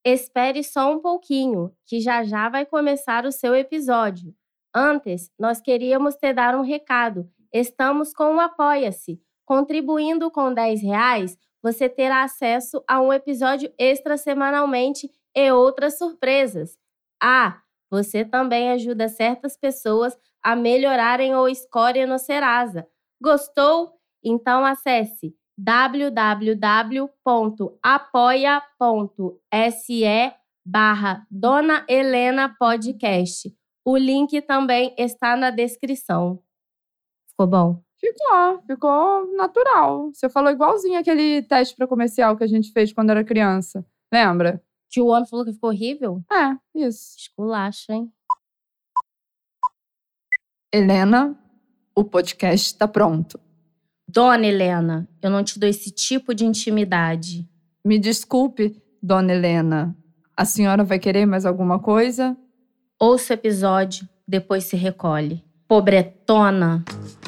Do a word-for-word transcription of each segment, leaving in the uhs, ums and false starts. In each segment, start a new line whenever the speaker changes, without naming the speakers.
Espere só um pouquinho, que já já vai começar o seu episódio. Antes, nós queríamos te dar um recado. Estamos com o Apoia-se. Contribuindo com dez reais, você terá acesso a um episódio extra semanalmente e outras surpresas. Ah, você também ajuda certas pessoas a melhorarem o score no Serasa. Gostou? Então acesse w w w ponto apoia ponto s e barra Dona Helena Podcast. O link também está na descrição. Ficou bom?
Ficou, ficou natural. Você falou igualzinho aquele teste para comercial que a gente fez quando era criança. Lembra?
Que o homem falou que ficou horrível?
É, isso.
Esculacha, hein?
Helena, o podcast tá pronto.
Dona Helena, eu não te dou esse tipo de intimidade.
Me desculpe, Dona Helena. A senhora vai querer mais alguma coisa?
Ouça o episódio, depois se recolhe. Pobretona.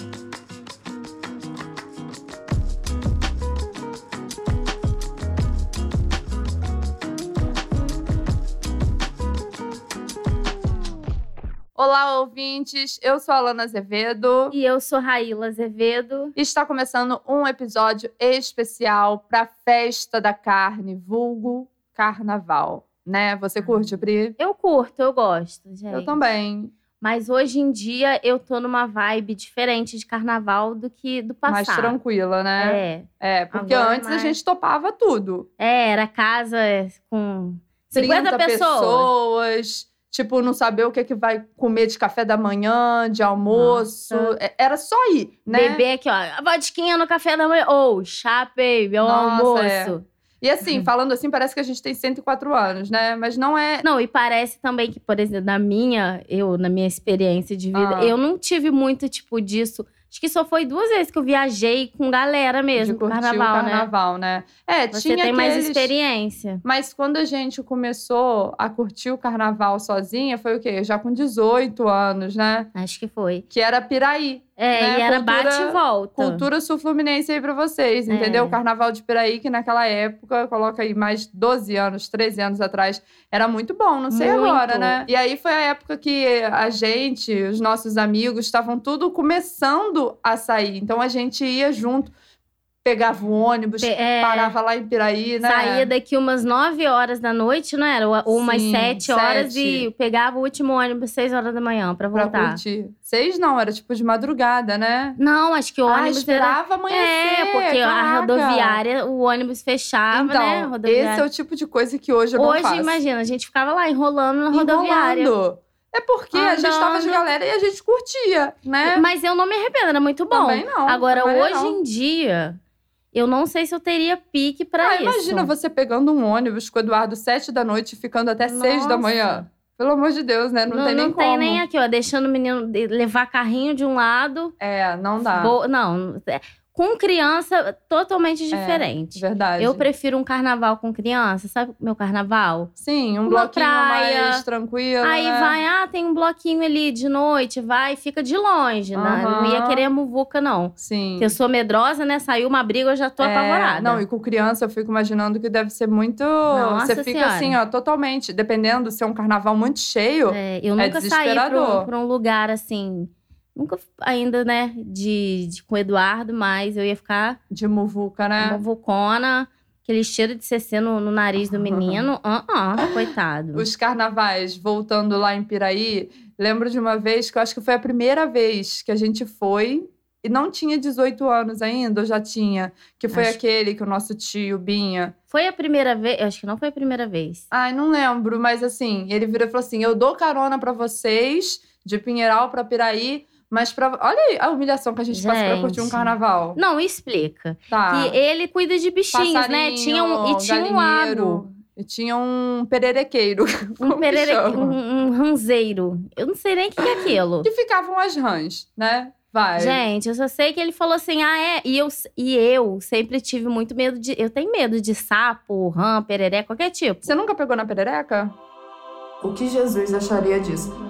Olá, ouvintes. Eu sou a Alana Azevedo.
E eu sou Raíla Azevedo.
E está começando um episódio especial para a Festa da Carne, vulgo Carnaval. Né? Você curte, Pri?
Eu curto, eu gosto, gente.
Eu também.
Mas hoje em dia eu tô numa vibe diferente de carnaval do que do passado.
Mais tranquila, né?
É.
É, porque
Agora
antes
mais...
a gente topava tudo.
É, era casa com cinquenta pessoas.
pessoas. Tipo, não saber o que, é que vai comer de café da manhã, de almoço. Nossa. Era só ir, né?
Beber aqui, ó. A vodquinha no café da manhã. Ou oh, chá, baby, ao almoço. É.
E assim, uhum. falando assim, parece que a gente tem cento e quatro anos, né? Mas não é...
Não, e parece também que, por exemplo, na minha, eu, na minha experiência de vida,
ah.
eu não tive muito, tipo, disso. Acho que só foi duas vezes que eu viajei com galera mesmo, com carnaval,
o carnaval, né? né? É,
Você
tinha
tem
aqueles...
mais experiência.
Mas quando a gente começou a curtir o carnaval sozinha, foi o quê? Já com dezoito anos, né?
Acho que foi.
Que era Piraí.
É,
né?
e era
cultura,
bate e volta.
Cultura sul-fluminense aí pra vocês,
É.
entendeu? O Carnaval de Piraí, que naquela época, coloca aí mais doze anos, treze anos atrás, era muito bom, não sei
muito.
agora, né? E aí foi a época que a gente, os nossos amigos, estavam tudo começando a sair. Então a gente ia junto, pegava o ônibus, é, parava lá em Piraí, né?
Saía daqui umas nove horas da noite, não era? Ou umas
Sim,
sete horas
sete.
E pegava o último ônibus seis horas da manhã pra voltar.
Pra curtir. Seis não, era tipo de madrugada, né?
Não, acho que o
ah,
ônibus
esperava
era...
amanhecer.
É, porque
caraca.
a rodoviária, o ônibus fechava,
então,
né? Rodoviária.
Esse é o tipo de coisa que hoje eu não
hoje,
faço.
Hoje, imagina, a gente ficava lá enrolando na rodoviária.
Enrolando. É porque
Andando.
a gente tava de galera e a gente curtia, né?
Mas eu não me arrependo, era muito bom.
Também não.
Agora,
também
hoje
não.
em dia... Eu não sei se eu teria pique pra
ah,
isso.
Imagina você pegando um ônibus com o Eduardo sete da noite e ficando até
Nossa.
seis da manhã. Pelo amor de Deus, né? Não,
não
tem nem
não
como.
Não tem nem aqui, ó. Deixando o menino levar carrinho de um lado.
É, não dá.
Bo... Não, com criança, totalmente diferente.
É, verdade.
Eu prefiro um carnaval com criança. Sabe o meu carnaval?
Sim, um
Uma
bloquinho
praia.
mais tranquilo,
Aí
né?
vai, ah, tem um bloquinho ali de noite. Vai, fica de longe.
Uhum.
Né? Não ia querer muvuca, não.
Sim.
Se eu sou medrosa, né? Saiu uma briga, eu já tô
é,
apavorada.
Não, e com criança eu fico imaginando que deve ser muito...
Nossa
Você fica
senhora.
assim, ó, totalmente... Dependendo se é um carnaval muito cheio,
é, eu
é
nunca saí pra
desesperador.
um, pra um lugar assim... Nunca ainda, né, de, de, com o Eduardo, mas eu ia ficar...
De muvuca, né?
Muvucona, aquele cheiro de C C no, no nariz do menino. Uh-uh, coitado.
Os carnavais, voltando lá em Piraí, lembro de uma vez que eu acho que foi a primeira vez que a gente foi... E não tinha dezoito anos ainda, ou já tinha? Que foi
Acho...
aquele que o nosso tio Binha...
Foi a primeira vez? Eu acho que não foi a primeira vez.
Ai, não lembro, mas assim, ele virou e falou assim, eu dou carona pra vocês, de Pinheiral pra Piraí... Mas pra... olha aí a humilhação que a gente, gente passa pra curtir um carnaval.
Não, explica.
Tá.
Que ele cuida de bichinhos,
passarinho,
né? Tinha um, e tinha um lago.
E tinha um pererequeiro.
Um pererequeiro. Um, um ranzeiro. Eu não sei nem o que é aquilo.
Que ficavam as rãs, né? Vai.
Gente, eu só sei que ele falou assim, ah, é. E eu, e eu sempre tive muito medo de... Eu tenho medo de sapo, rã, pereré, qualquer tipo.
Você nunca pegou na perereca?
O que Jesus acharia disso?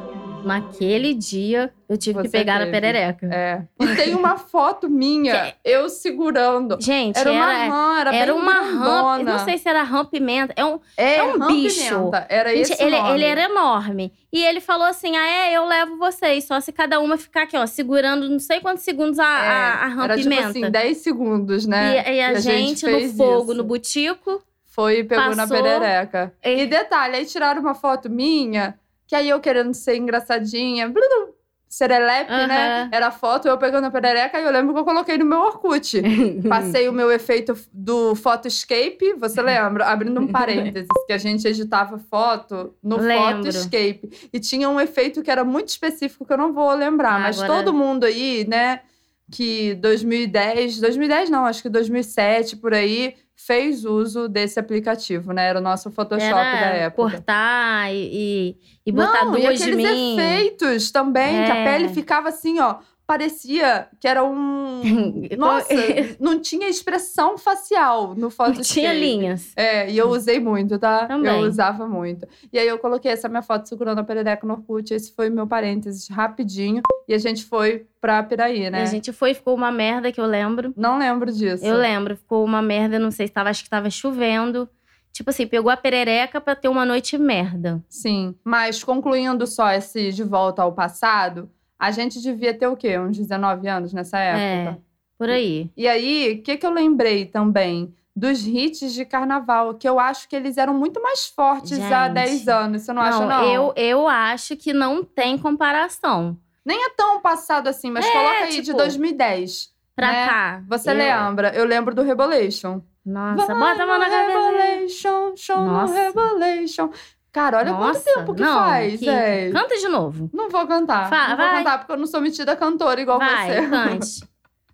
naquele dia, eu tive
Você
que pegar
teve.
a perereca.
É. E tem uma foto minha,
Que-
eu segurando.
Gente,
Era uma
era,
rã, era,
era
bem
uma rã.
grandona.
Não sei se era rã pimenta. É um,
É,
é um
rã
bicho.
pimenta. Era
Gente,
esse
ele,
nome.
ele era enorme. E ele falou assim: ah, é, eu levo vocês. Só se cada uma ficar aqui, ó, segurando não sei quantos segundos a,
É,
a, a rã
era
pimenta.
tipo assim, dez segundos, né?
E, e a,
E a gente
gente, no
fez
fogo,
isso.
no butico.
Foi e pegou na
Passou.
perereca.
E-
E detalhe, aí tiraram uma foto minha, que aí eu querendo ser engraçadinha, blu, blu, serelepe, né?
Aham.
Era a foto, eu pegando a perereca, e eu lembro que eu coloquei no meu Orkut. Passei o meu efeito do Photoscape, você lembra? Abrindo um parênteses, que a gente editava foto no
Lembro.
Photoscape. E tinha um efeito que era muito específico, que eu não vou lembrar.
Ah,
mas
agora-
todo mundo aí, né, que dois mil e dez... dois mil e dez não, acho que dois mil e sete, por aí, fez uso desse aplicativo, né? Era o nosso Photoshop
Era
da época.
cortar e, e, e botar
Não, e
duas de
aqueles
mim.
efeitos também, que a
É.
pele ficava assim, ó. Parecia que era um... Nossa, não tinha expressão facial no
Não
Photoscape.
tinha linhas.
É, e eu usei muito, tá?
Também.
Eu usava muito. E aí eu coloquei essa minha foto segurando a perereca no Orkut. Esse foi meu parênteses, rapidinho. E a gente foi pra Piraí, né?
A gente foi e ficou uma merda, que eu lembro.
Não lembro disso.
Eu lembro, ficou uma merda, não sei se tava, acho que tava chovendo. Tipo assim, pegou a perereca pra ter uma noite merda.
Sim. Mas concluindo só esse de volta ao passado, a gente devia ter o quê? Uns dezenove anos nessa época?
É, por aí.
E aí, o que, que eu lembrei também? Dos hits de carnaval, que eu acho que eles eram muito mais fortes há
Gente.
dez anos. Você não, acha, não?
Eu, eu acho que não tem comparação.
Nem é tão passado assim, mas
É,
coloca aí de
tipo,
dois mil e dez.
Pra
né?
cá.
Você
eu...
lembra? Eu lembro do Rebolation.
Nossa,
Vai
bota a mão na
no
cabeça.
Rebolation, show no
Nossa.
Rebolation. Cara, olha
Nossa,
quanto tempo que
não,
faz,
que-
véi.
Canta de novo.
Não vou cantar.
Fa-
não vou
vai.
cantar, porque eu não sou metida cantora igual
Vai,
você.
cante.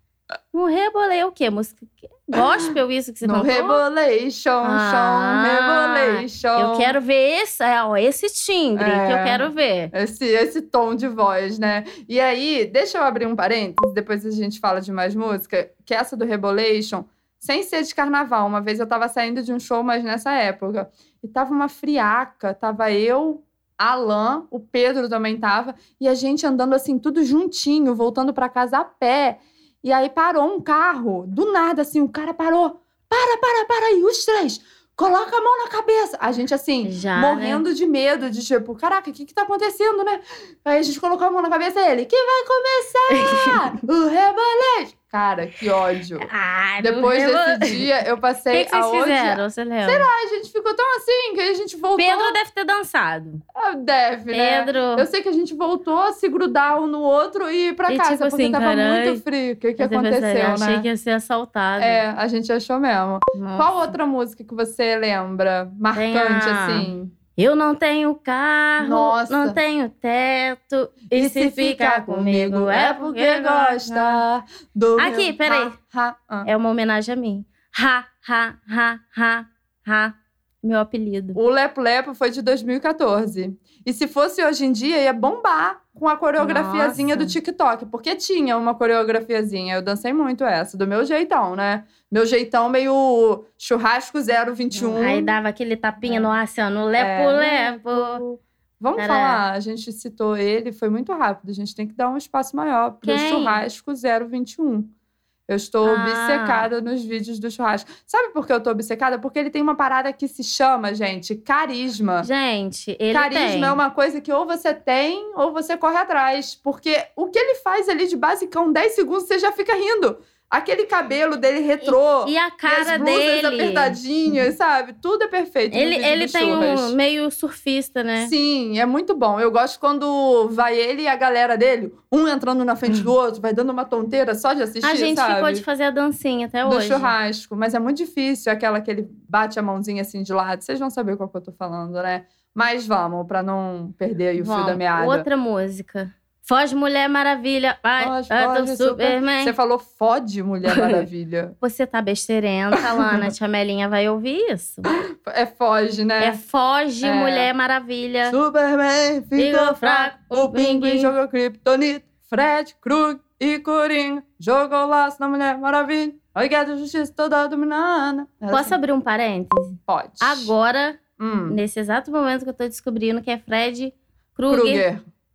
No rebolei o quê? Música gospel isso que você
No
cantou?
Rebolation,
Ah,
show, Rebolation.
Eu quero ver esse, é, ó, esse timbre
É.
que eu quero ver.
Esse, esse tom de voz, né? E aí, deixa eu abrir um parênteses, depois a gente fala de mais música, que essa do Rebolation, sem ser de carnaval. Uma vez eu tava saindo de um show, mas nessa época. E tava uma friaca, tava eu, Alan, o Pedro também tava, e a gente andando assim, tudo juntinho, voltando pra casa a pé. E aí parou um carro, do nada, assim, o cara parou. Para, para, para aí, os três. Coloca a mão na cabeça. A gente, assim,
Já,
morrendo de medo, de tipo, caraca, o que que tá acontecendo, né? Aí a gente colocou a mão na cabeça e ele, que vai começar o Rebolation. Cara, que ódio.
Ah, no
Depois
rebole-
desse dia, eu
O
passei
que, que vocês
a odiar.
fizeram? Você lembra?
A gente ficou tão assim, que a gente voltou...
Pedro deve ter dançado.
Ah, deve, né?
Pedro.
Eu sei que a gente voltou a se grudar um no outro e ir pra
E
casa,
tipo
porque
assim,
tava
carai,
muito frio. O que que
Mas eu pensei,
aconteceu,
achei
né?
que ia ser assaltado.
É, a gente achou mesmo.
Nossa.
Qual outra música que você lembra? Marcante,
Tem a-
assim?
Eu não tenho carro,
Nossa.
não tenho teto. E, se ficar comigo é porque gosta.
Do
Aqui,
meu
peraí.
ha, ha, ah.
É uma homenagem a mim. Ha, ha, ha, ha, ha. Meu apelido.
O Lepo Lepo foi de dois mil e quatorze. E se fosse hoje em dia, ia bombar com a coreografiazinha
Nossa.
do TikTok. Porque tinha uma coreografiazinha. Eu dancei muito essa, do meu jeitão, né? Meu jeitão meio churrasco zero vinte e um.
Aí dava aquele tapinha no ar, assim, ó, no lepo,
É.
lepo.
Vamos
Era-
falar, a gente citou ele, foi muito rápido. A gente tem que dar um espaço maior pro
Quem?
churrasco zero vinte e um. Eu estou
Ah.
obcecada nos vídeos do churrasco. Sabe por que eu tô obcecada? Porque ele tem uma parada que se chama, gente, carisma.
Gente, ele
Carisma
tem.
é uma coisa que ou você tem ou você corre atrás. Porque o que ele faz ali de basicão, dez segundos, você já fica rindo. Aquele cabelo dele retrô.
E a
e
cara
as blusas
dele.
apertadinhas, sabe? Tudo é perfeito. no
Ele,
vídeo
ele
do
tem
churras.
um meio surfista, né?
Sim, é muito bom. Eu gosto quando vai ele e a galera dele, um entrando na frente do outro, vai dando uma tonteira só de assistir,
A gente
sabe?
ficou de fazer a dancinha até
Do
hoje.
churrasco. Mas é muito difícil aquela que ele bate a mãozinha assim de lado. Vocês vão saber qual que eu tô falando, né? Mas vamos, pra não perder aí o fio
Vamos,
da meada.
outra música. Foge, Mulher Maravilha. Vai,
Foge,
vai do
foge,
Superman.
Você falou fode, Mulher Maravilha.
Você tá besteirenta, Lana. Tia Melinha vai ouvir isso.
É foge, né?
É Foge,
É.
Mulher Maravilha.
Superman ficou
Ficou
fraco,
fraco,
o
o
Pinguim
Pinguim
jogou Kryptonite, Fred, Krug e Coringa jogou o laço na Mulher Maravilha. A Liga da Justiça toda dominando. Era
Posso
assim.
abrir um parêntese?
Pode.
Agora,
Hum.
nesse exato momento que eu tô descobrindo que é Fred Krueger.
Kruger.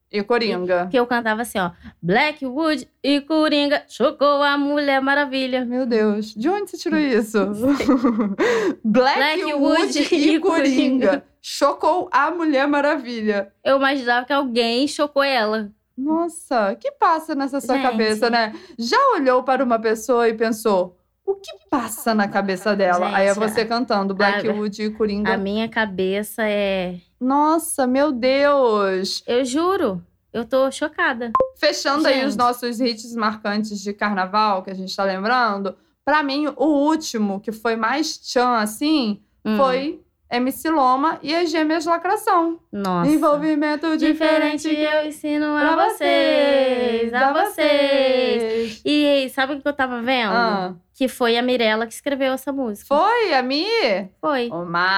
E Coringa.
Que eu cantava assim, ó. Blackwood e Coringa chocou a Mulher Maravilha.
Meu Deus, de onde você tirou isso? Blackwood e Coringa chocou a Mulher Maravilha.
Eu imaginava que alguém chocou ela.
Nossa, o que passa nessa sua
Gente.
cabeça, né? Já olhou para uma pessoa e pensou, o que passa na cabeça dela?
Gente,
Aí é você cantando Blackwood
a,
e Coringa.
A minha cabeça é...
Nossa, meu Deus!
Eu juro, eu tô chocada.
Fechando
Gente.
aí os nossos hits marcantes de carnaval, que a gente tá lembrando, pra mim, o último, que foi mais tchan, assim,
Hum.
foi M C Loma e as Gêmeas Lacração.
Nossa.
Envolvimento diferente,
Diferente eu ensino a
pra
vocês, a vocês.
vocês.
E sabe o que eu tava vendo?
Ah.
Que foi a Mirella que escreveu essa música.
Foi, a Mi?
Foi.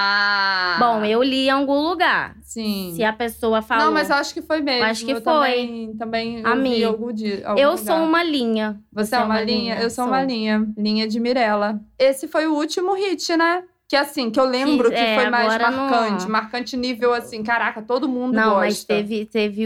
Oma!
Bom, eu li em algum lugar.
Sim.
Se a pessoa falou.
Não, mas eu acho que foi mesmo.
Acho que
eu
foi.
Também, também
A
ouvi
Mi.
algum dia. Algum
Eu
lugar.
sou uma linha.
Você é uma linha? Eu sou,
Sou.
uma linha. Linha de Mirella. Esse foi o último hit, né? Que assim, que eu lembro
Que,
que,
é,
foi mais
agora
marcante.
não-
Marcante nível assim, caraca, todo mundo
Não,
gosta.
mas teve, teve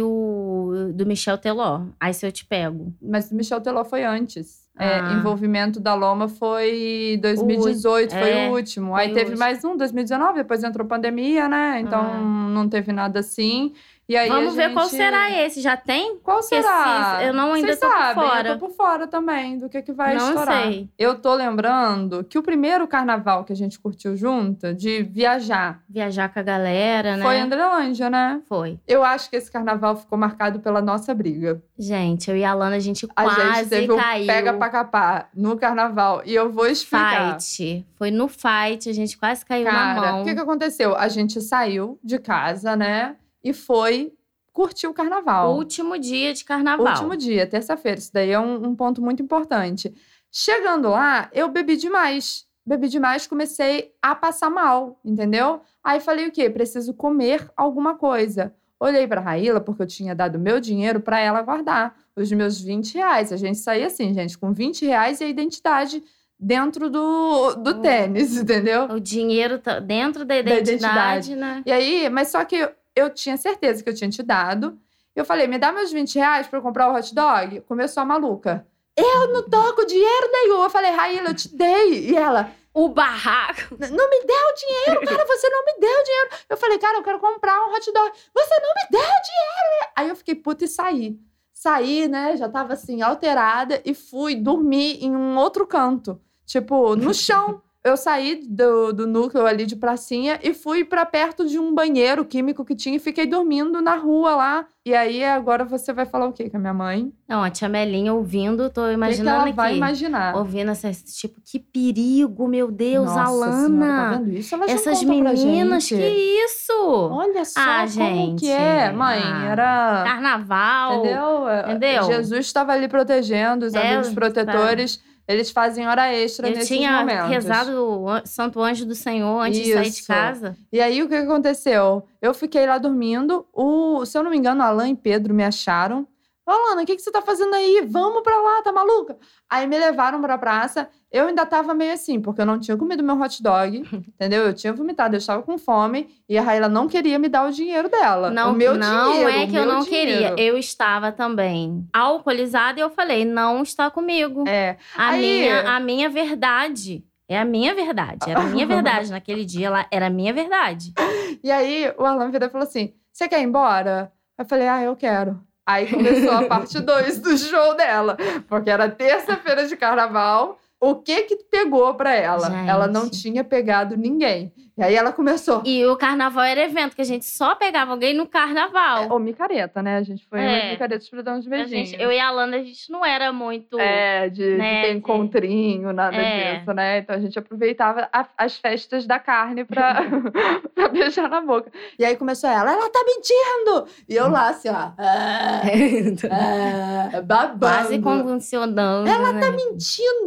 o do Michel Teló. Aí se eu te pego.
Mas o Michel Teló foi antes. É,
Ah.
envolvimento da Loma foi dois mil e dezoito,
O-
foi
é,
o último.
foi
Aí
o
teve
último.
mais um, dois mil e dezenove, depois entrou pandemia, né? Então
Ah.
não teve nada assim. E aí
Vamos
a
ver
gente...
qual será esse. Já tem?
Qual
Porque
será?
se- eu não ainda
Vocês
tô por
sabem,
fora.
Eu tô por fora também do que, que vai
Não
estourar.
sei.
Eu tô lembrando que o primeiro carnaval que a gente curtiu junto, de viajar,
Viajar com a galera, né?
foi em Andrelândia, né?
Foi.
Eu acho que esse carnaval ficou marcado pela nossa briga.
Gente, eu e a Lana, a gente
A
quase
gente teve
caiu.
um pega pra capar no carnaval. E eu vou explicar.
Fight. Foi no fight, a gente quase caiu na
Cara,
mão.
o que, que aconteceu? A gente saiu de casa, né? E foi curtir o carnaval.
Último dia de carnaval.
Último dia, terça-feira. Isso daí é um, um ponto muito importante. Chegando lá, eu bebi demais. Bebi demais, comecei a passar mal, entendeu? Aí falei o quê? Preciso comer alguma coisa. Olhei pra Raíla, porque eu tinha dado meu dinheiro pra ela guardar. Os meus vinte reais. A gente saía assim, gente, com vinte reais e a identidade dentro do, do
Hum.
tênis, entendeu?
O dinheiro tá dentro da
Da
identidade, né?
E aí, mas só que eu, eu tinha certeza que eu tinha te dado. Eu falei, me dá meus vinte reais pra eu comprar o hot dog? Começou a maluca. Eu não tô com dinheiro nenhum. Eu falei, Raíla, eu te dei. E ela,
O barraco.
não me deu o dinheiro, cara, você não me deu o dinheiro. Eu falei, cara, eu quero comprar um hot dog. Você não me deu o dinheiro. Aí eu fiquei puta e saí. Saí, né, já tava assim, alterada. E fui dormir em um outro canto. Tipo, no chão. Eu saí do, do núcleo ali de pracinha e fui pra perto de um banheiro químico que tinha e fiquei dormindo na rua lá. E aí, agora você vai falar o quê com a minha mãe?
Não, a tia Melinha ouvindo, tô
O que, que
imaginando
ela
aqui.
vai imaginar?
Ouvindo essas, tipo, que perigo, meu Deus,
Nossa
Alana.
Senhora, tá vendo isso? Elas não
Essas
contam pra
meninas,
gente.
que isso?
Olha só
Ah,
como
gente.
que é. Mãe,
Ah.
era...
Carnaval.
Entendeu?
Entendeu?
Jesus estava ali protegendo os
É,
amigos protetores. Eles fazem hora extra
Eu
nesses
tinha
momentos.
rezado o an- Santo Anjo do Senhor antes de sair de
Isso.
casa.
E aí, o que que aconteceu? Eu fiquei lá dormindo. O, se eu não me engano, Alan e Pedro me acharam. Ô, Alana, o que, que você tá fazendo aí? Vamos pra lá, tá maluca? Aí me levaram pra praça. Eu ainda tava meio assim, porque eu não tinha comido meu hot dog, entendeu? Eu tinha vomitado, eu estava com fome. E a Raíla não queria me dar o dinheiro dela.
Não,
o meu
não
dinheiro,
é
o
que eu
meu
não
dinheiro.
queria. Eu estava também alcoolizada e eu falei, não está comigo.
É.
A,
Aí-
minha, a minha verdade. É a minha verdade. Era a minha verdade. Naquele dia, ela era a minha verdade.
E aí, o Alan virou e falou assim, você quer ir embora? Eu falei, ah, eu quero. Aí começou a parte dois do show dela. Porque era terça-feira de carnaval. O que que pegou pra ela?
Gente.
Ela não tinha pegado ninguém. E aí ela começou...
E o carnaval era evento, que a gente só pegava alguém no carnaval.
Ô, micareta, né? A gente foi
É.
umas micaretas pra dar uns
A
beijinhos.
gente, eu e a Alana, a gente não era muito...
É, de,
né,
de ter
de-
encontrinho, nada
É.
disso, né? Então a gente aproveitava a- as festas da carne pra, pra beijar na boca. E aí começou ela, ela tá mentindo! E eu lá, assim, ó. Ah, ah, babando.
Quase convulsionando,
Ela
né?
tá mentindo! E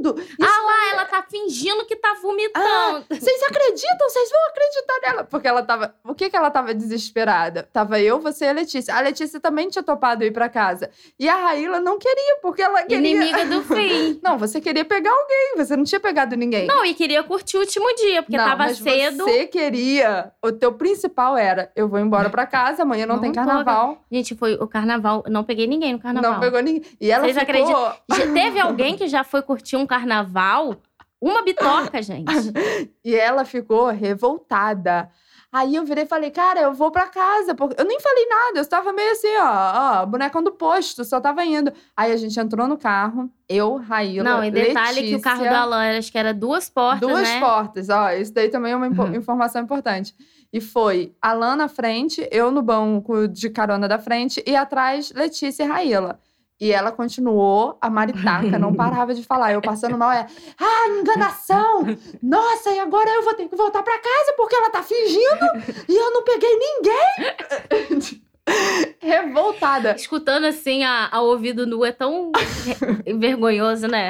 Ah lá, ela tá fingindo que tá vomitando.
Ah, vocês acreditam? Vocês vão acreditar nela? Porque ela tava... O que que ela tava desesperada? Tava eu, você e a Letícia. A Letícia também tinha topado ir pra casa. E a Raíla não queria, porque ela queria...
Inimiga do fim.
Não, você queria pegar alguém. Você não tinha pegado ninguém.
Não, e queria curtir o último dia, porque
não,
tava
mas
cedo.
você queria... O teu principal era, eu vou embora pra casa, amanhã não, não tem carnaval.
Tô... Gente, foi o carnaval. Não peguei ninguém no carnaval.
Não pegou ninguém. E ela
Vocês
ficou...
acreditam? Teve alguém que já foi curtir um carnaval? Uma bitoca, gente.
E ela ficou revoltada. Aí eu virei e falei, cara, eu vou pra casa. Porque... Eu nem falei nada, eu estava meio assim, ó, ó, bonecão do posto, só tava indo. Aí a gente entrou no carro, eu, Raíla,
Não, e detalhe
Letícia,
que o carro do Alan, acho que era duas portas,
Duas
né?
portas, ó, isso daí também é uma impo-
Uhum.
informação importante. E foi Alan na frente, eu no banco de carona da frente, e atrás, Letícia e Raíla. E ela continuou, a maritaca, não parava de falar. Eu passando mal, é... Ah, enganação! Nossa, e agora eu vou ter que voltar pra casa porque ela tá fingindo e eu não peguei ninguém! Revoltada.
Escutando assim, a, a ouvido nu é tão vergonhoso, né?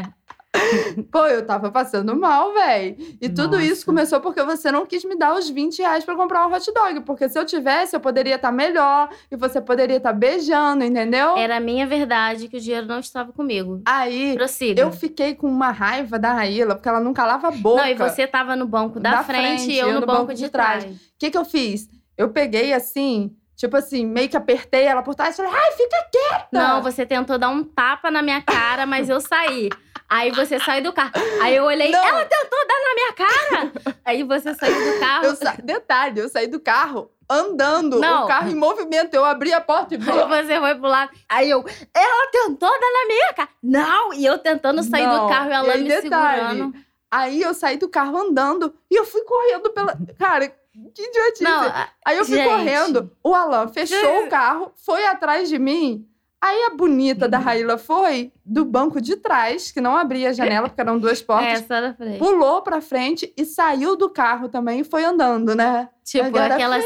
Pô, eu tava passando mal, véi. E
Nossa.
Tudo isso começou porque você não quis me dar os vinte reais pra comprar um hot dog. Porque se eu tivesse, eu poderia estar melhor. E você poderia estar beijando, entendeu?
Era a minha verdade que o dinheiro não estava comigo.
Aí,
Prossiga.
eu fiquei com uma raiva da Raíla, porque ela não calava a boca.
Não, e você tava no banco da,
Da
frente,
frente,
e eu, no, banco, de trás.
O que que eu fiz? Eu peguei assim, tipo assim, meio que apertei ela por trás e falei, ai, fica quieta!
Não, você tentou dar um tapa na minha cara, mas eu saí. Aí você saiu do carro. Aí eu olhei,
Não.
ela tentou dar na minha cara! Aí você saiu do carro.
Eu sa... Detalhe, eu saí do carro andando,
Não.
o carro em movimento. Eu abri a porta e...
Aí você foi pro lado. Aí eu, ela tentou dar na minha cara. Não! E eu tentando sair
Não.
do carro e ela
E aí,
me
detalhe,
segurando.
Aí eu saí do carro andando e eu fui correndo pela... Cara, que idiotice.
Não,
Aí eu fui
gente.
correndo, o Alan fechou o carro, foi atrás de mim. Aí a bonita da Raíla foi do banco de trás, que não abria a janela, porque eram duas portas.
É, só na frente.
Pulou pra frente e saiu do carro também e foi andando, né?
Tipo,
Agora,
aquelas.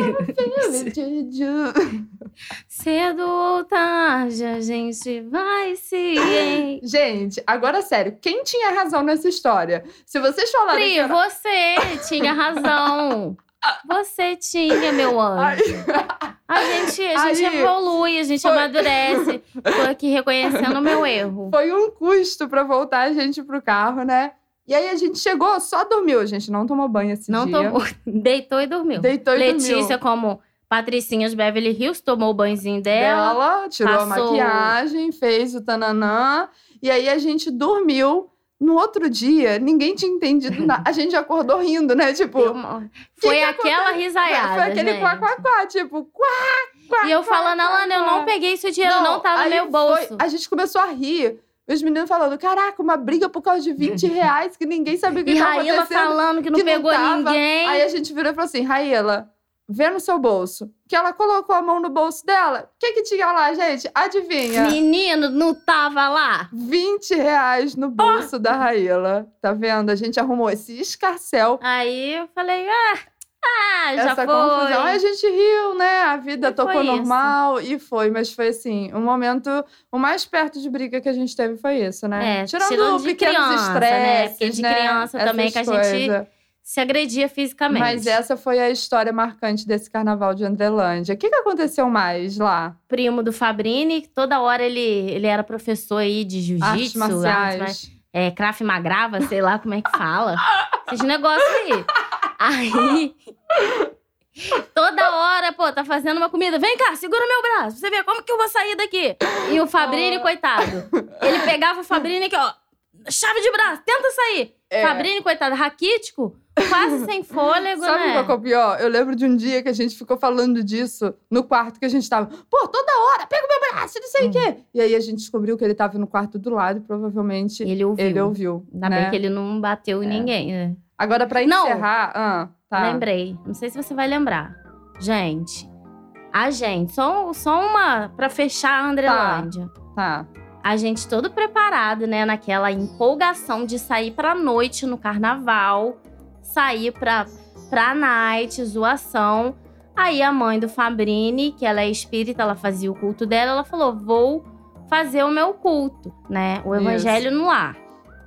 Juju.
Cedo ou tarde, a gente vai se.
Gente, agora sério, quem tinha razão nessa história? Se vocês falarem
Pri,
que era...
você tinha razão. Você tinha, meu anjo.
Ai,
A gente, a gente
Aí,
evolui, a gente
foi-
amadurece. Tô aqui reconhecendo o meu erro.
foi um custo pra voltar a gente pro carro, né? E aí a gente chegou, só dormiu. A gente não tomou banho esse
Não
dia.
tomou. Deitou e dormiu.
Deitou e
Letícia,
dormiu.
como Patricinha de Beverly Hills, tomou o banhozinho dela.
Dela, tirou a
passou-
maquiagem, fez o tananã. E aí a gente dormiu. No outro dia, ninguém tinha entendido nada. A gente acordou rindo, né? Tipo,
Deu uma- Foi
que
aquela risaiada,
foi aquele
gente.
quá, quá, quá. Tipo, quá, quá,
E eu
quá,
falando,
quá,
Alana, eu
quá.
não peguei esse dinheiro, não, tá no
aí
meu bolso.
foi- a gente começou a rir. Os meninos falando, caraca, uma briga por causa de vinte reais, que ninguém sabia o que
E
estava
Raíla
acontecendo.
falando que não
que não
pegou
tava.
ninguém.
Aí a gente virou e falou assim, Raíla, vê no seu bolso. Que ela colocou a mão no bolso dela. O que que tinha lá, gente? Adivinha?
Menino, não tava lá?
vinte reais no bolso da Raíla. Tá vendo? A gente arrumou esse escarcel.
Aí eu falei, ah, ah já
essa
foi.
confusão. Aí a gente riu, né? A vida
E
tocou
foi isso.
normal e foi. Mas foi assim, um momento... O mais perto de briga que a gente teve foi isso, né?
É,
tirando,
tirando de
pequenos
criança,
estresses,
né? Porque de
né?
criança também
Essas
que a gente
coisas.
se agredia fisicamente.
Mas essa foi a história marcante desse carnaval de Andrelândia. O que, que aconteceu mais lá?
Primo do Fabrini, que toda hora ele, ele era professor aí de
Artes
jiu-jitsu.
marciais.
artes mar- É, Krav Magrava, sei lá como é que fala. Esses negócios aí. Aí... Toda hora, pô, tá fazendo uma comida. Vem cá, segura meu braço. Você vê como que eu vou sair daqui. E o Fabrini, coitado. Ele pegava o Fabrini aqui, ó. Chave de braço, tenta sair.
É.
Fabrini, coitado, raquítico, quase sem fôlego,
Sabe
né?
qual que é o pior? Eu lembro de um dia que a gente ficou falando disso no quarto que a gente tava. Pô, toda hora, pega o meu braço, não sei o quê. E aí a gente descobriu que ele tava no quarto do lado e provavelmente
Ele ouviu.
ele ouviu.
Ainda
né?
bem que ele não bateu em ninguém, né?
Agora, pra
Não.
encerrar. Ah, tá.
Lembrei. Não sei se você vai lembrar. Gente, a gente, só, só uma pra fechar a Andrelândia.
Tá.
A gente todo preparado, né? Naquela empolgação de sair pra noite no carnaval. Sair pra, pra night, zoação. Aí a mãe do Fabrini, que ela é espírita, ela fazia o culto dela. Ela falou, vou fazer o meu culto, né? O evangelho no lar.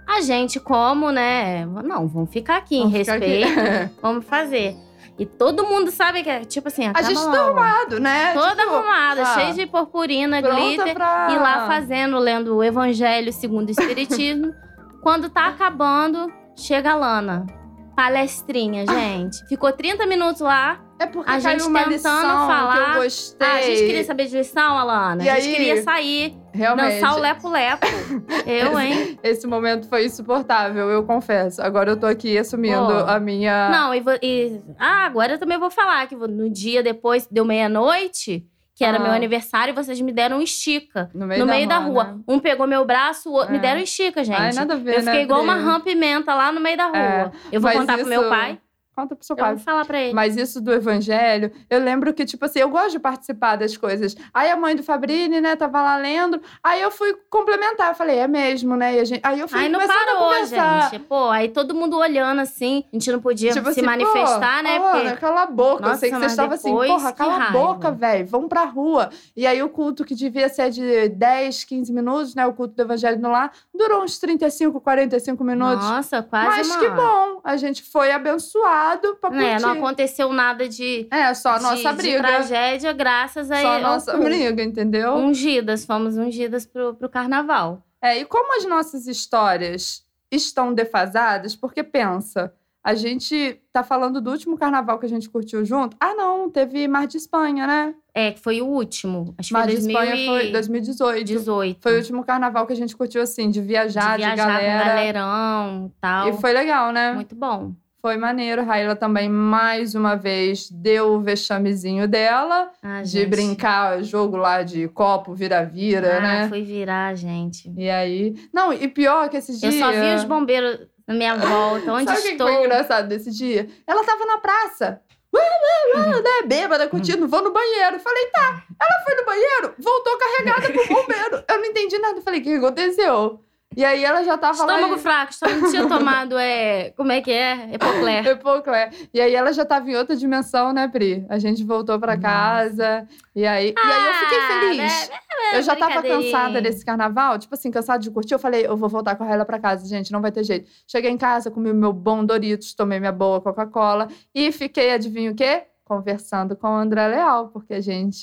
A gente, como, né? Não, vamos ficar aqui em
Vamos ficar
respeito.
aqui.
Vamos fazer. E todo mundo sabe que é, tipo assim,
A
acaba
gente
logo.
tá arrumado, né?
Toda
tipo,
arrumada,
ah,
cheia de purpurina,
pronta
glitter.
pra...
E lá fazendo, lendo o Evangelho segundo o Espiritismo. Quando tá acabando, chega a Lana. Palestrinha, gente. Ficou trinta minutos lá.
É porque
A
caiu
gente
uma
tentando
lição
falar.
que eu gostei.
Ah, a gente queria saber de lição, Alana.
E
a gente
aí,
queria sair,
realmente,
dançar o lepo-lepo. Eu, hein?
Esse momento foi insuportável, eu confesso. Agora eu tô aqui assumindo
Pô.
a minha...
Não, e, e... Ah, agora eu também vou falar que no dia depois, deu meia-noite, que era
Ah.
meu aniversário, vocês me deram um estica.
No meio,
no
da,
meio da
rua.
rua.
Né?
Um pegou meu braço, o outro…
É.
Me deram estica, gente.
Ai, nada a ver,
eu fiquei
né,
igual uma
Pri?
rã pimenta lá no meio da rua.
É.
Eu vou
Mas
contar
isso...
pro meu pai.
Conta pro seu
Eu
pai.
vou falar pra ele.
Mas isso do evangelho, eu lembro que, tipo assim, eu gosto de participar das coisas. Aí a mãe do Fabrini, né, tava lá lendo. Aí eu fui complementar. Eu falei, é mesmo, né? E a gente, aí eu fui
Aí não
começando
parou,
a conversar.
gente. Pô, aí todo mundo olhando assim. A gente não podia
Tipo
se
assim,
manifestar,
pô,
né?
Ana,
Porque…
cala a boca.
Nossa,
eu sei que
mas
vocês estavam assim,
depois,
porra,
que
cala a
raiva.
boca, velho. Vamos pra rua. E aí o culto que devia ser de dez, quinze minutos, né? O culto do evangelho no lar, durou uns trinta e cinco, quarenta e cinco minutos.
Nossa, quase
Mas
uma…
que bom. A gente foi abençoado pra curtir.
É, não aconteceu nada de…
É, só a nossa
de,
briga.
de tragédia, graças a
Só a
ao
nossa
culto.
briga, entendeu?
Ungidas, fomos ungidas pro, pro carnaval.
É, e como as nossas histórias estão defasadas, porque pensa, a gente tá falando do último carnaval que a gente curtiu junto. Ah, não, teve Mar de Espanha, né?
É, que foi o último. Acho que
Mar
foi
de Espanha foi dois mil e dezoito.
dezoito.
Foi o último carnaval que a gente curtiu, assim, de viajar,
de
de,
viajar
galera.
com galerão e tal.
E foi legal, né?
Muito bom.
Foi maneiro. Raíla também, mais uma vez, deu o vexamezinho dela.
Ah,
de
gente.
brincar jogo lá de copo, vira-vira,
ah,
né?
fui virar, gente.
E aí… Não, e pior que esses
Eu
dias…
só vi os bombeiros na minha volta. Onde
Sabe o que
estou?
foi engraçado desse dia? Ela tava na praça. Ué, ué, ué, né? Bêbada, curtindo, vou no banheiro. Falei, tá. Ela foi no banheiro, voltou carregada pro bombeiro. Eu não entendi nada. Falei, o que aconteceu? E aí ela já tava
Estômago
lá… em-
fraco, só não tinha tomado, é… Como é que é? Epocler.
Epocler. E aí ela já tava em outra dimensão, né, Pri? A gente voltou pra
Nossa.
casa. E aí, e aí eu fiquei feliz.
Ah,
Eu já tava
brincadeirinha.
cansada desse carnaval, tipo assim, cansada de curtir. Eu falei, eu vou voltar com a Raíla pra casa, gente, não vai ter jeito. Cheguei em casa, comi o meu bom Doritos, tomei minha boa Coca-Cola e fiquei, adivinha o quê? Conversando com o André Leal, porque a gente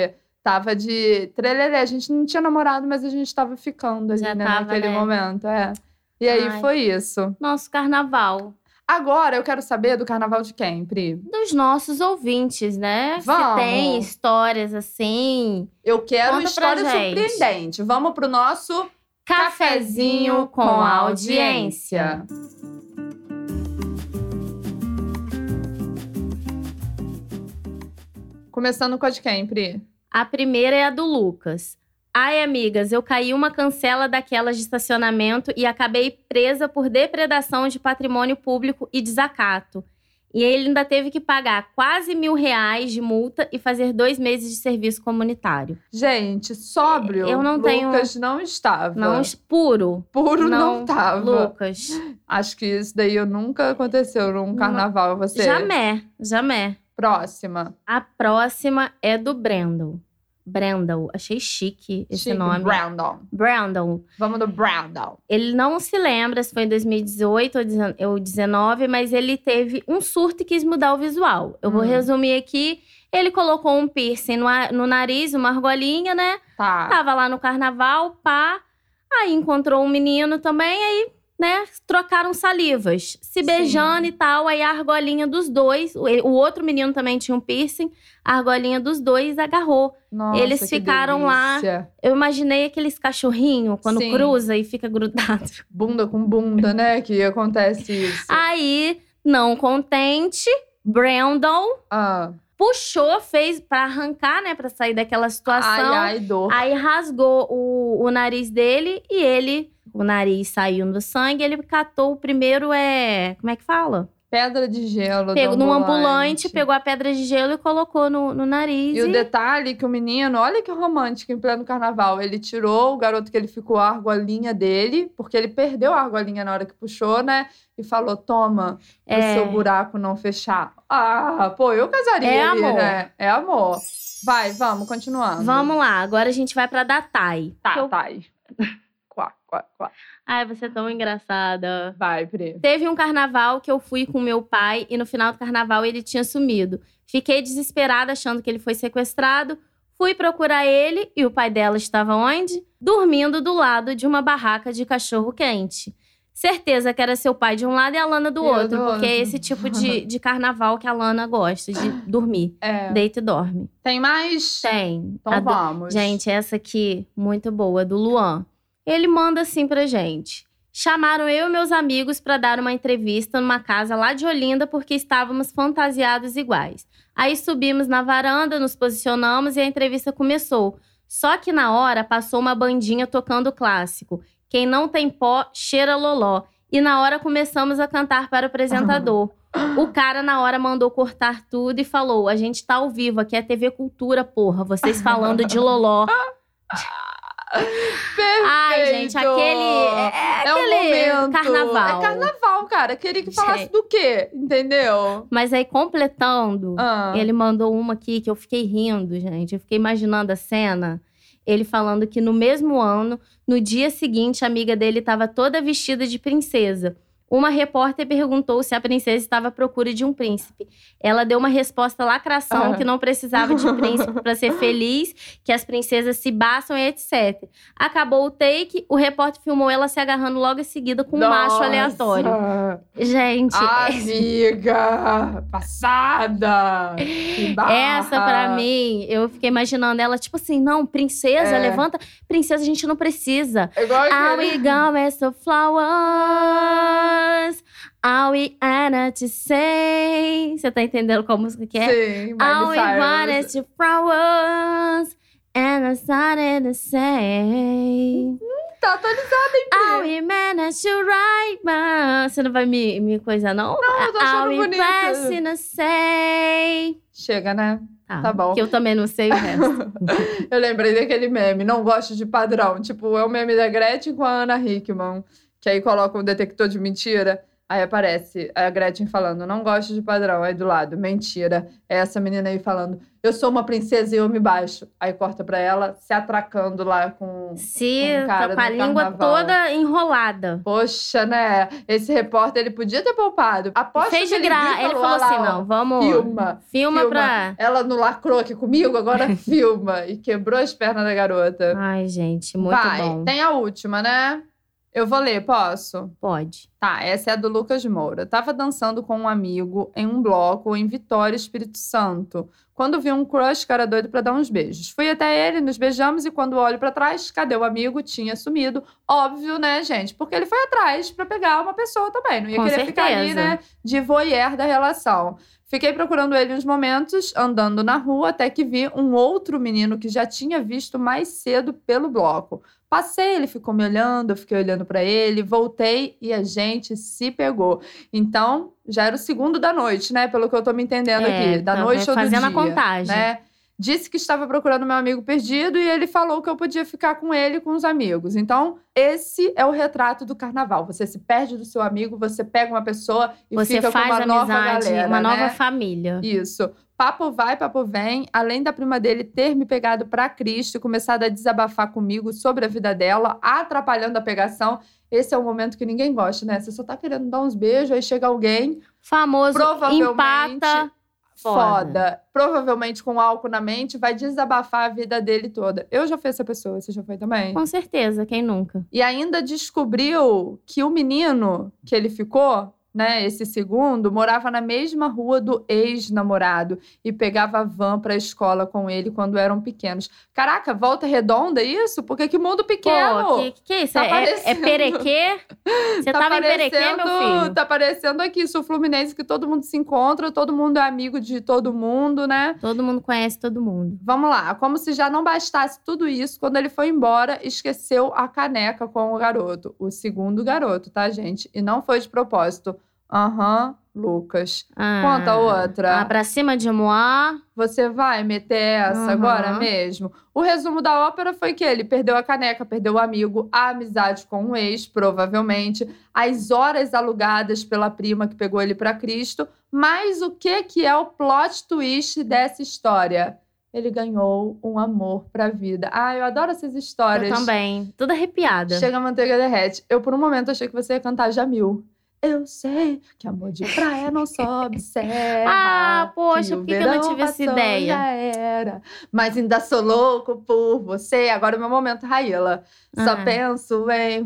tava de trelelê. A gente não tinha namorado, mas a gente tava ficando ali,
Já
né,
tava,
naquele
né?
momento, é. E aí
Ai.
foi isso.
Nosso carnaval.
Agora eu quero saber do carnaval de quem, Pri?
Dos nossos ouvintes, né?
Vamos.
Se tem histórias assim.
Eu quero
Conta pra
história
gente.
surpreendente. Vamos pro nosso
Cafezinho com a audiência.
Começando com a de quem, Pri?
A primeira é a do Lucas. Ai, amigas, eu caí uma cancela daquelas de estacionamento e acabei presa por depredação de patrimônio público e desacato. E ele ainda teve que pagar quase mil reais de multa e fazer dois meses de serviço comunitário.
Gente, sóbrio,
Eu não tenho-
Lucas não estava.
Não, puro.
Puro não,
não
estava.
Lucas.
Acho que isso daí nunca aconteceu num carnaval. Você?
Jamais, jamais.
Próxima.
A próxima é do Brandon. Brandon, achei chique esse
Chique,
nome.
Brandon.
Brandon.
Vamos do Brandon.
Ele não se lembra se foi em dois mil e dezoito ou dezenove, mas ele teve um surto e quis mudar o visual. Eu vou
Hum.
resumir aqui. Ele colocou um piercing no, a- no nariz, uma argolinha, né?
Tá.
Tava lá no carnaval, pá. Aí encontrou um menino também, aí, né, trocaram salivas. Se beijando
Sim.
e tal. Aí a argolinha dos dois, o, o outro menino também tinha um piercing, a argolinha dos dois agarrou.
Nossa,
Eles
que
ficaram lá.
delícia.
Eu imaginei aqueles cachorrinhos, quando
Sim.
cruza e fica grudado.
Bunda com bunda, né? Que acontece isso.
Aí, não contente, Brandon
Ah.
puxou, fez pra arrancar, né? Pra sair daquela situação.
Ai, ai, dor.
Aí rasgou o, o nariz dele e ele… O nariz saiu no sangue, ele catou o primeiro, é… Como é que fala?
Pedra de gelo.
Pegou
do
num ambulante, pegou a pedra de gelo e colocou no, no nariz.
E o detalhe que o menino, olha que romântico em pleno carnaval. Ele tirou o garoto que ele ficou a argolinha dele, porque ele perdeu a argolinha na hora que puxou, né? E falou: toma,
É.
o seu buraco não fechar. Ah, pô, eu casaria
É
ali,
amor.
né? É amor. Vai, vamos, continuando.
Vamos lá, agora a gente vai pra Datai.
Tá,
Eu-
tá aí. Quá, quá. quá, quá.
Ai, você é tão engraçada.
Vai, Pri.
Teve um carnaval que eu fui com meu pai e no final do carnaval ele tinha sumido. Fiquei desesperada achando que ele foi sequestrado. Fui procurar ele e o pai dela estava onde? Dormindo do lado de uma barraca de cachorro-quente. Certeza que era seu pai de um lado e a Lana do
Eu
outro,
do
porque
outro.
é esse tipo de, de carnaval que a Lana gosta, de dormir.
É.
Deita e dorme.
Tem mais?
Tem.
Então
A do-
vamos.
Gente, essa aqui, muito boa, do Luan. Ele manda assim pra gente. Chamaram eu e meus amigos pra dar uma entrevista numa casa lá de Olinda porque estávamos fantasiados iguais. Aí subimos na varanda, nos posicionamos e a entrevista começou. Só que na hora passou uma bandinha tocando clássico. Quem não tem pó, cheira loló. E na hora começamos a cantar para o apresentador. O cara na hora mandou cortar tudo e falou: a gente tá ao vivo, aqui é T V Cultura, porra. Vocês falando de loló.
Perfeito!
Ai, gente, aquele… É, é
É um
aquele
momento.
carnaval.
É carnaval, cara. Queria que falasse
Gente.
do quê? Entendeu?
Mas aí, completando,
Ah.
ele mandou uma aqui que eu fiquei rindo, gente. Eu fiquei imaginando a cena. Ele falando que no mesmo ano, no dia seguinte, a amiga dele estava toda vestida de princesa. Uma repórter perguntou se a princesa estava à procura de um príncipe. Ela deu uma resposta lacração
Ah.
que não precisava de príncipe para ser feliz, que as princesas se bastam e etcétera. Acabou o take, o repórter filmou ela se agarrando logo em seguida com um macho aleatório. Gente,
Amiga! Passada! Que barra.
essa pra mim, eu fiquei imaginando ela, tipo assim, não, princesa,
É.
levanta. Princesa, a gente não precisa.
É igual
All
aquele-
we got is the flowers. All we had to say. Você tá entendendo qual música que é?
Sim,
All
Miley
we want
Cyrus.
is the flowers. And I started to say.
Tá atualizada, hein, Pri?
All we managed to write my… Você não vai me, me coisar, não?
Não, eu tô achando
All we
bonito.
blessed to say.
Chega, né?
Tá,
Tá bom.
Que eu também não sei o resto.
Eu lembrei daquele meme, não gosto de padrão. Tipo, é o meme da Gretchen com a Ana Hickman. Que aí coloca um detector de mentira. Aí aparece a Gretchen falando, não gosto de padrão. Aí do lado, mentira. É essa menina aí falando, eu sou uma princesa e eu me baixo. Aí corta pra ela se atracando lá com…
Se
Com cara
tá com a
no
língua
carnaval.
toda enrolada.
Poxa, né? Esse repórter, ele podia ter poupado. Aposto
Fez
que
de
ele viu
graça.
e
Ele
falou,
falou
"Olha
assim:
lá, ó,
não, vamos.
Filma,
Filma,
filma.
pra.
Ela não lacrou aqui comigo, agora filma. E quebrou as pernas da garota.
Ai, gente, muito
Vai,
bom.
tem a última, né? Eu vou ler, posso?
Pode.
Tá, essa é a do Lucas Moura. Tava dançando com um amigo em um bloco em Vitória, Espírito Santo, quando vi um crush cara doido pra dar uns beijos. Fui até ele, nos beijamos e quando olho pra trás, cadê o amigo? Tinha sumido. Óbvio, né, gente? Porque ele foi atrás pra pegar uma pessoa também. Não ia
Com
querer ficar ali,
certeza.
né, de voyeur da relação. Fiquei procurando ele uns momentos, andando na rua, até que vi um outro menino que já tinha visto mais cedo pelo bloco. Passei, ele ficou me olhando, eu fiquei olhando pra ele, voltei e a gente se pegou. Então, já era o segundo da noite, né? Pelo que eu tô me entendendo
É,
aqui. Da
tá
noite ou do dia.
fazendo a contagem.
Né? Disse que estava procurando meu amigo perdido e ele falou que eu podia ficar com ele e com os amigos. Então, esse é o retrato do carnaval. Você se perde do seu amigo, você pega uma pessoa e
Você
fica
faz
com uma nova
amizade,
galera,
uma nova
né?
família.
Isso. Papo vai, papo vem. Além da prima dele ter me pegado pra Cristo e começado a desabafar comigo sobre a vida dela, atrapalhando a pegação. Esse é o momento que ninguém gosta, né? Você só tá querendo dar uns beijos, aí chega alguém,
Famoso
provavelmente
empata.
foda.
Foda.
Provavelmente com álcool na mente, vai desabafar a vida dele toda. Eu já fui essa pessoa, você já foi também?
Com certeza, quem nunca?
E ainda descobriu que o menino que ele ficou, né, esse segundo, morava na mesma rua do ex-namorado e pegava a van pra escola com ele quando eram pequenos. Caraca, volta redonda isso? Porque que mundo pequeno!
Pô, que, que é isso?
Tá
é, é
parecendo-
Perequê? Você
Tá
tava em Perequê,
parecendo-
meu filho?
Tá parecendo aqui, sul Fluminense, que todo mundo se encontra, todo mundo é amigo de todo mundo, né?
Todo mundo conhece todo mundo.
Vamos lá, como se já não bastasse tudo isso, quando ele foi embora, esqueceu a caneca com o garoto. O segundo garoto, tá, gente? E não foi de propósito. Aham, Lucas.
Ah,
Conta outra.
Ah, pra cima de Moá.
Você vai meter essa
Aham.
agora mesmo? O resumo da ópera foi que ele perdeu a caneca, perdeu o amigo, a amizade com o ex, provavelmente, as horas alugadas pela prima que pegou ele pra Cristo. Mas o que que é o plot twist dessa história? ele ganhou um amor pra vida. Ah, eu adoro essas histórias.
Eu também. Tudo arrepiada.
Chega a manteiga derrete. Eu, por um momento, achei que você ia cantar Jamil. Eu sei que amor de praia não sobe serra.
Ah, poxa, por que, que eu não tive essa ideia?
Já era. Mas ainda sou louco por você. Agora é o meu momento, Raíla. Só
Ah.
penso em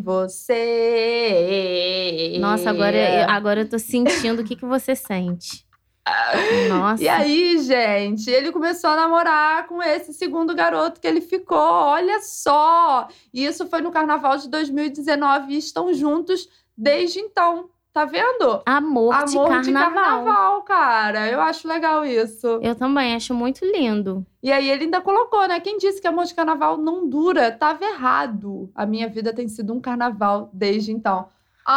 você.
Nossa, agora, eu, agora eu tô sentindo o que, que você sente. Nossa.
E aí, gente, ele começou a namorar com esse segundo garoto que ele ficou. Olha só! E isso foi no carnaval de dois mil e dezenove e estão juntos desde então. Tá vendo?
Amor,
Amor
de carnaval.
de carnaval, cara. Eu acho legal isso.
Eu também, acho muito lindo.
E aí ele ainda colocou, né? Quem disse que amor de carnaval não dura? Tava errado. A minha vida tem sido um carnaval desde então.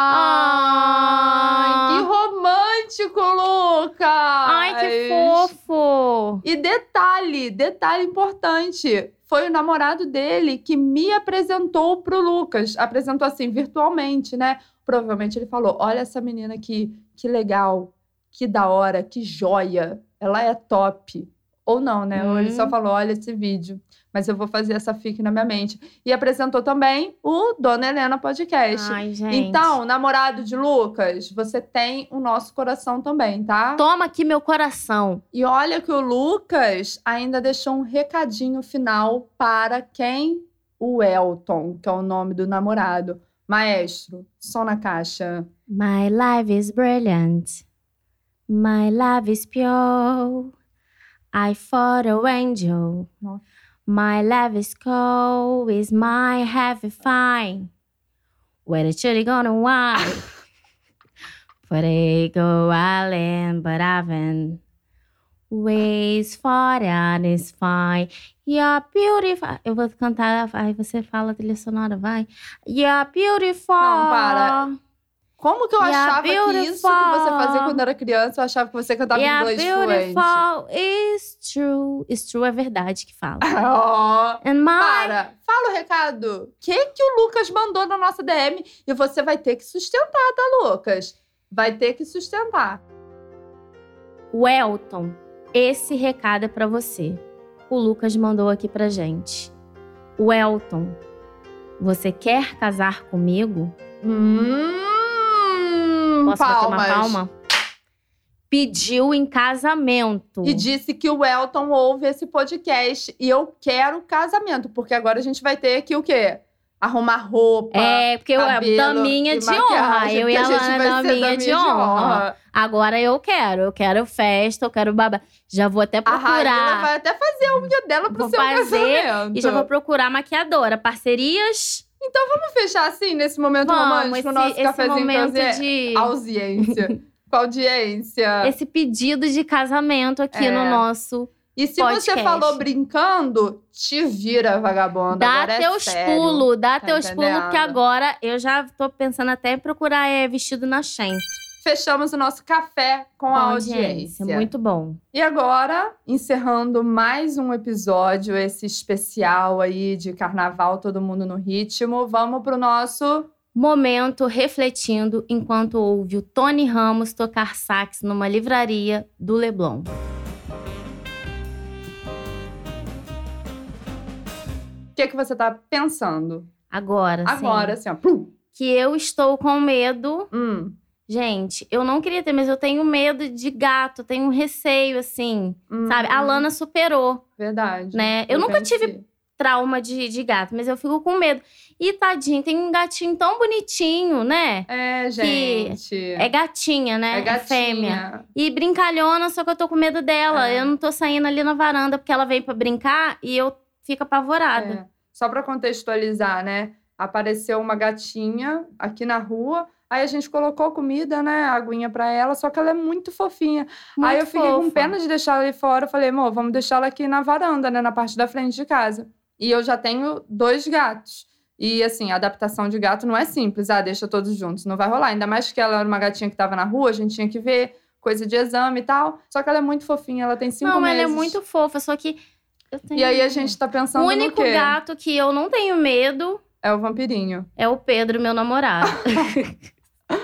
Ai,
Ah.
que romântico, Lucas!
Ai, que fofo!
E detalhe, detalhe importante. Foi o namorado dele que me apresentou pro Lucas. Apresentou assim, virtualmente, né? Provavelmente ele falou, olha essa menina aqui, que legal, que da hora, que joia. Ela é top. Ou não, né?
Hum.
Ou ele só falou, olha esse vídeo. Mas eu vou fazer essa fic na minha mente. E apresentou também o Dona Helena Podcast.
Ai, gente.
Então, namorado de Lucas, você tem o nosso coração também, tá?
Toma aqui meu coração.
E olha que o Lucas ainda deixou um recadinho final para quem? O Elton, que é o nome do namorado. Maestro, som na caixa.
My life is brilliant. My love is pure. I fought an angel.
Nossa.
My love is cold. Is my heavy fine. Where the chili gonna wipe? For they go island, but I've been ways for that is fine. You're beautiful. Eu vou cantar, aí você fala a trilha sonora, vai. You're beautiful.
Não, para. Como que eu
You're
achava
beautiful.
que isso que você fazia quando era criança, eu achava que você cantava em
You're
inglês fluente.
beautiful. It's true. It's true é verdade que fala.
Ó,
And my...
para. Fala o recado. O que que o Lucas mandou na nossa D M? E você vai ter que sustentar, tá, Lucas? Vai ter que sustentar.
Welton, esse recado é pra você. O Lucas mandou aqui pra gente. Welton, você quer casar comigo?
Hum,
Posso bater
palmas.
uma palma? Pediu em casamento.
E disse que o Elton ouve esse podcast. E eu quero casamento. Porque agora a gente vai ter que o quê? Arrumar roupa,
É, porque eu
cabelo
daminha
e
de
maquiagem,
honra. Eu e
porque
a
a gente
Lana
vai ser
daminha
daminha
de
de
honra.
honra.
Agora eu quero. Eu quero festa, eu quero babá. Já vou até
A
procurar.
Raíla vai até fazer a unha dela pro
Vou
seu
fazer
casamento.
E já vou procurar maquiadora. Parcerias?
Vamos fechar assim, nesse momento
Vamos,
romântico,
esse,
o nosso
esse
cafezinho
momento
com ausi-
de...
audiência. Com audiência.
Esse pedido de casamento aqui
É.
no nosso...
E se
podcast.
você falou brincando, te vira, vagabunda.
Dá
Agora é
teus
sério.
pulos, dá
Tá
teus pulos,
entendendo?
porque agora eu já tô pensando até em procurar é, vestido na Shein.
Fechamos o nosso café com,
Com
a
audiência.
audiência.
Muito bom.
E agora, encerrando mais um episódio, esse especial aí de carnaval, todo mundo no ritmo, vamos pro nosso...
Momento refletindo enquanto ouve o Tony Ramos tocar sax numa livraria do Leblon.
O que, que você tá pensando?
Agora,
Agora,
sim.
assim, ó. Plum.
Que eu estou com medo.
Hum,
Gente, eu não queria ter, mas eu tenho medo de gato, tenho um receio, assim,
hum,
sabe? A Lana superou,
Verdade.
né? Eu nunca
pensei.
tive trauma de, de gato, mas eu fico com medo. E tadinho, tem um gatinho tão bonitinho, né?
É, gente.
É gatinha, né?
É gatinha.
fêmea. E brincalhona, só que eu tô com medo dela.
É.
Eu não tô saindo ali na varanda, porque ela veio pra brincar e eu fico apavorada.
É. Só pra contextualizar, né? Apareceu uma gatinha aqui na rua. Aí a gente colocou comida, né? Aguinha pra ela, só que ela é muito fofinha.
Muito
Aí eu fiquei com
fofa.
pena de deixar ela ali fora. Eu falei, amor, vamos deixar ela aqui na varanda, né? Na parte da frente de casa. E eu já tenho dois gatos. E, assim, a adaptação de gato não é simples. Ah, deixa todos juntos. Não vai rolar. Ainda mais que ela era uma gatinha que tava na rua, a gente tinha que ver coisa de exame e tal. Só que ela é muito fofinha, ela tem cinco
Não,
meses.
ela é muito fofa, só que eu tenho...
E aí a gente tá pensando
O
no
único
quê?
gato que eu não tenho medo
É o vampirinho.
é o Pedro, meu namorado.
Ai,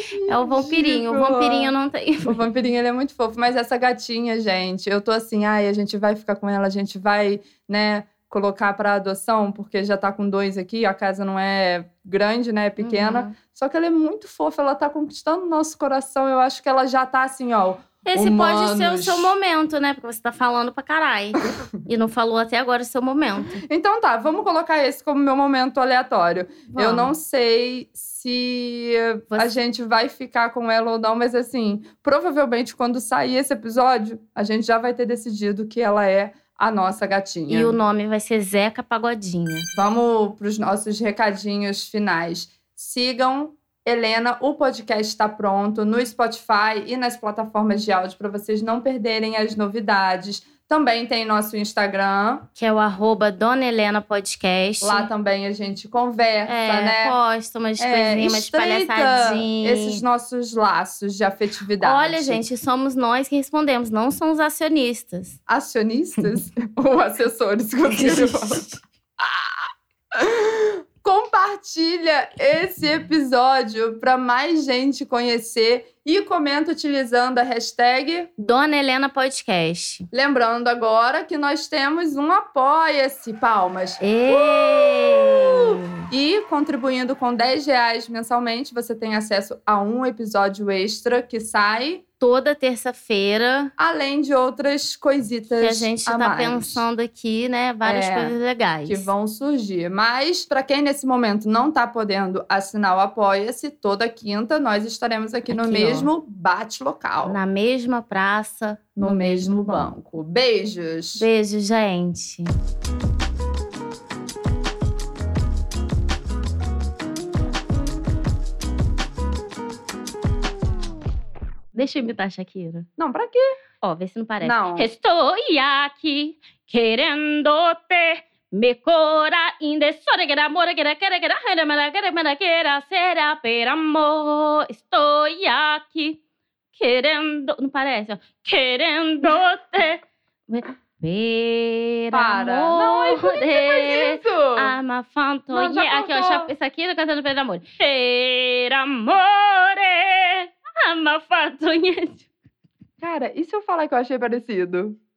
É o vampirinho. O vampirinho não tem.
O vampirinho, ele é muito fofo. Mas essa gatinha, gente, eu tô assim, ai, a gente vai ficar com ela, a gente vai, né, colocar pra adoção, porque já tá com dois aqui, a casa não é grande, né, é pequena. Uhum. Só que ela é muito fofa, ela tá conquistando o nosso coração. Eu acho que ela já tá assim, ó.
Esse
humanos.
Pode ser o seu momento, né? Porque você tá falando pra caralho. E não falou até agora o seu momento.
Então tá, vamos colocar esse como meu momento aleatório. Vamos. Eu não sei se você... a gente vai ficar com ela ou não, mas assim, provavelmente quando sair esse episódio, a gente já vai ter decidido que ela é a nossa gatinha.
E o nome vai ser Zeca Pagodinha.
Vamos pros nossos recadinhos finais. Sigam Helena, o podcast está pronto no Spotify e nas plataformas de áudio para vocês não perderem as novidades. Também tem nosso Instagram.
Que é o arroba Dona Helena Podcast.
Lá também a gente conversa,
é,
né?
posta umas é, coisinhas, umas palhaçadinhas.
Esses nossos laços de afetividade.
Olha, gente, somos nós que respondemos, não são os acionistas.
Acionistas? Ou assessores, que você fala. Compartilha esse episódio para mais gente conhecer e comenta utilizando a hashtag
Dona Helena Podcast.
Lembrando agora que nós temos um Apoia-se, palmas.
Uh!
E contribuindo com dez reais mensalmente, você tem acesso a um episódio extra que sai
toda terça-feira.
Além de outras coisitas
que a gente
a
tá
mais.
pensando aqui, né? Várias
é,
coisas legais.
Que vão surgir. Mas, para quem nesse momento não tá podendo assinar o Apoia-se, toda quinta nós estaremos aqui, aqui no mesmo ó, bate-local.
Na mesma praça,
no, no mesmo, mesmo banco. banco. Beijos!
Beijos, gente! Deixa eu imitar a Shakira.
Não, pra quê?
Ó, vê se não parece.
Não.
Estou aqui querendo-te, me cora indesore que amor que era que era que era que era que era será per amor. Estou aqui querendo, não parece? Ó. Querendo-te. Per
Para.
amor.
Não, é por que você faz isso?
Ama fantoia. Aqui, ó, isso aqui eu cantando per amor. Per amore. Ama fantoia.
Cara, e se eu falar que eu achei parecido?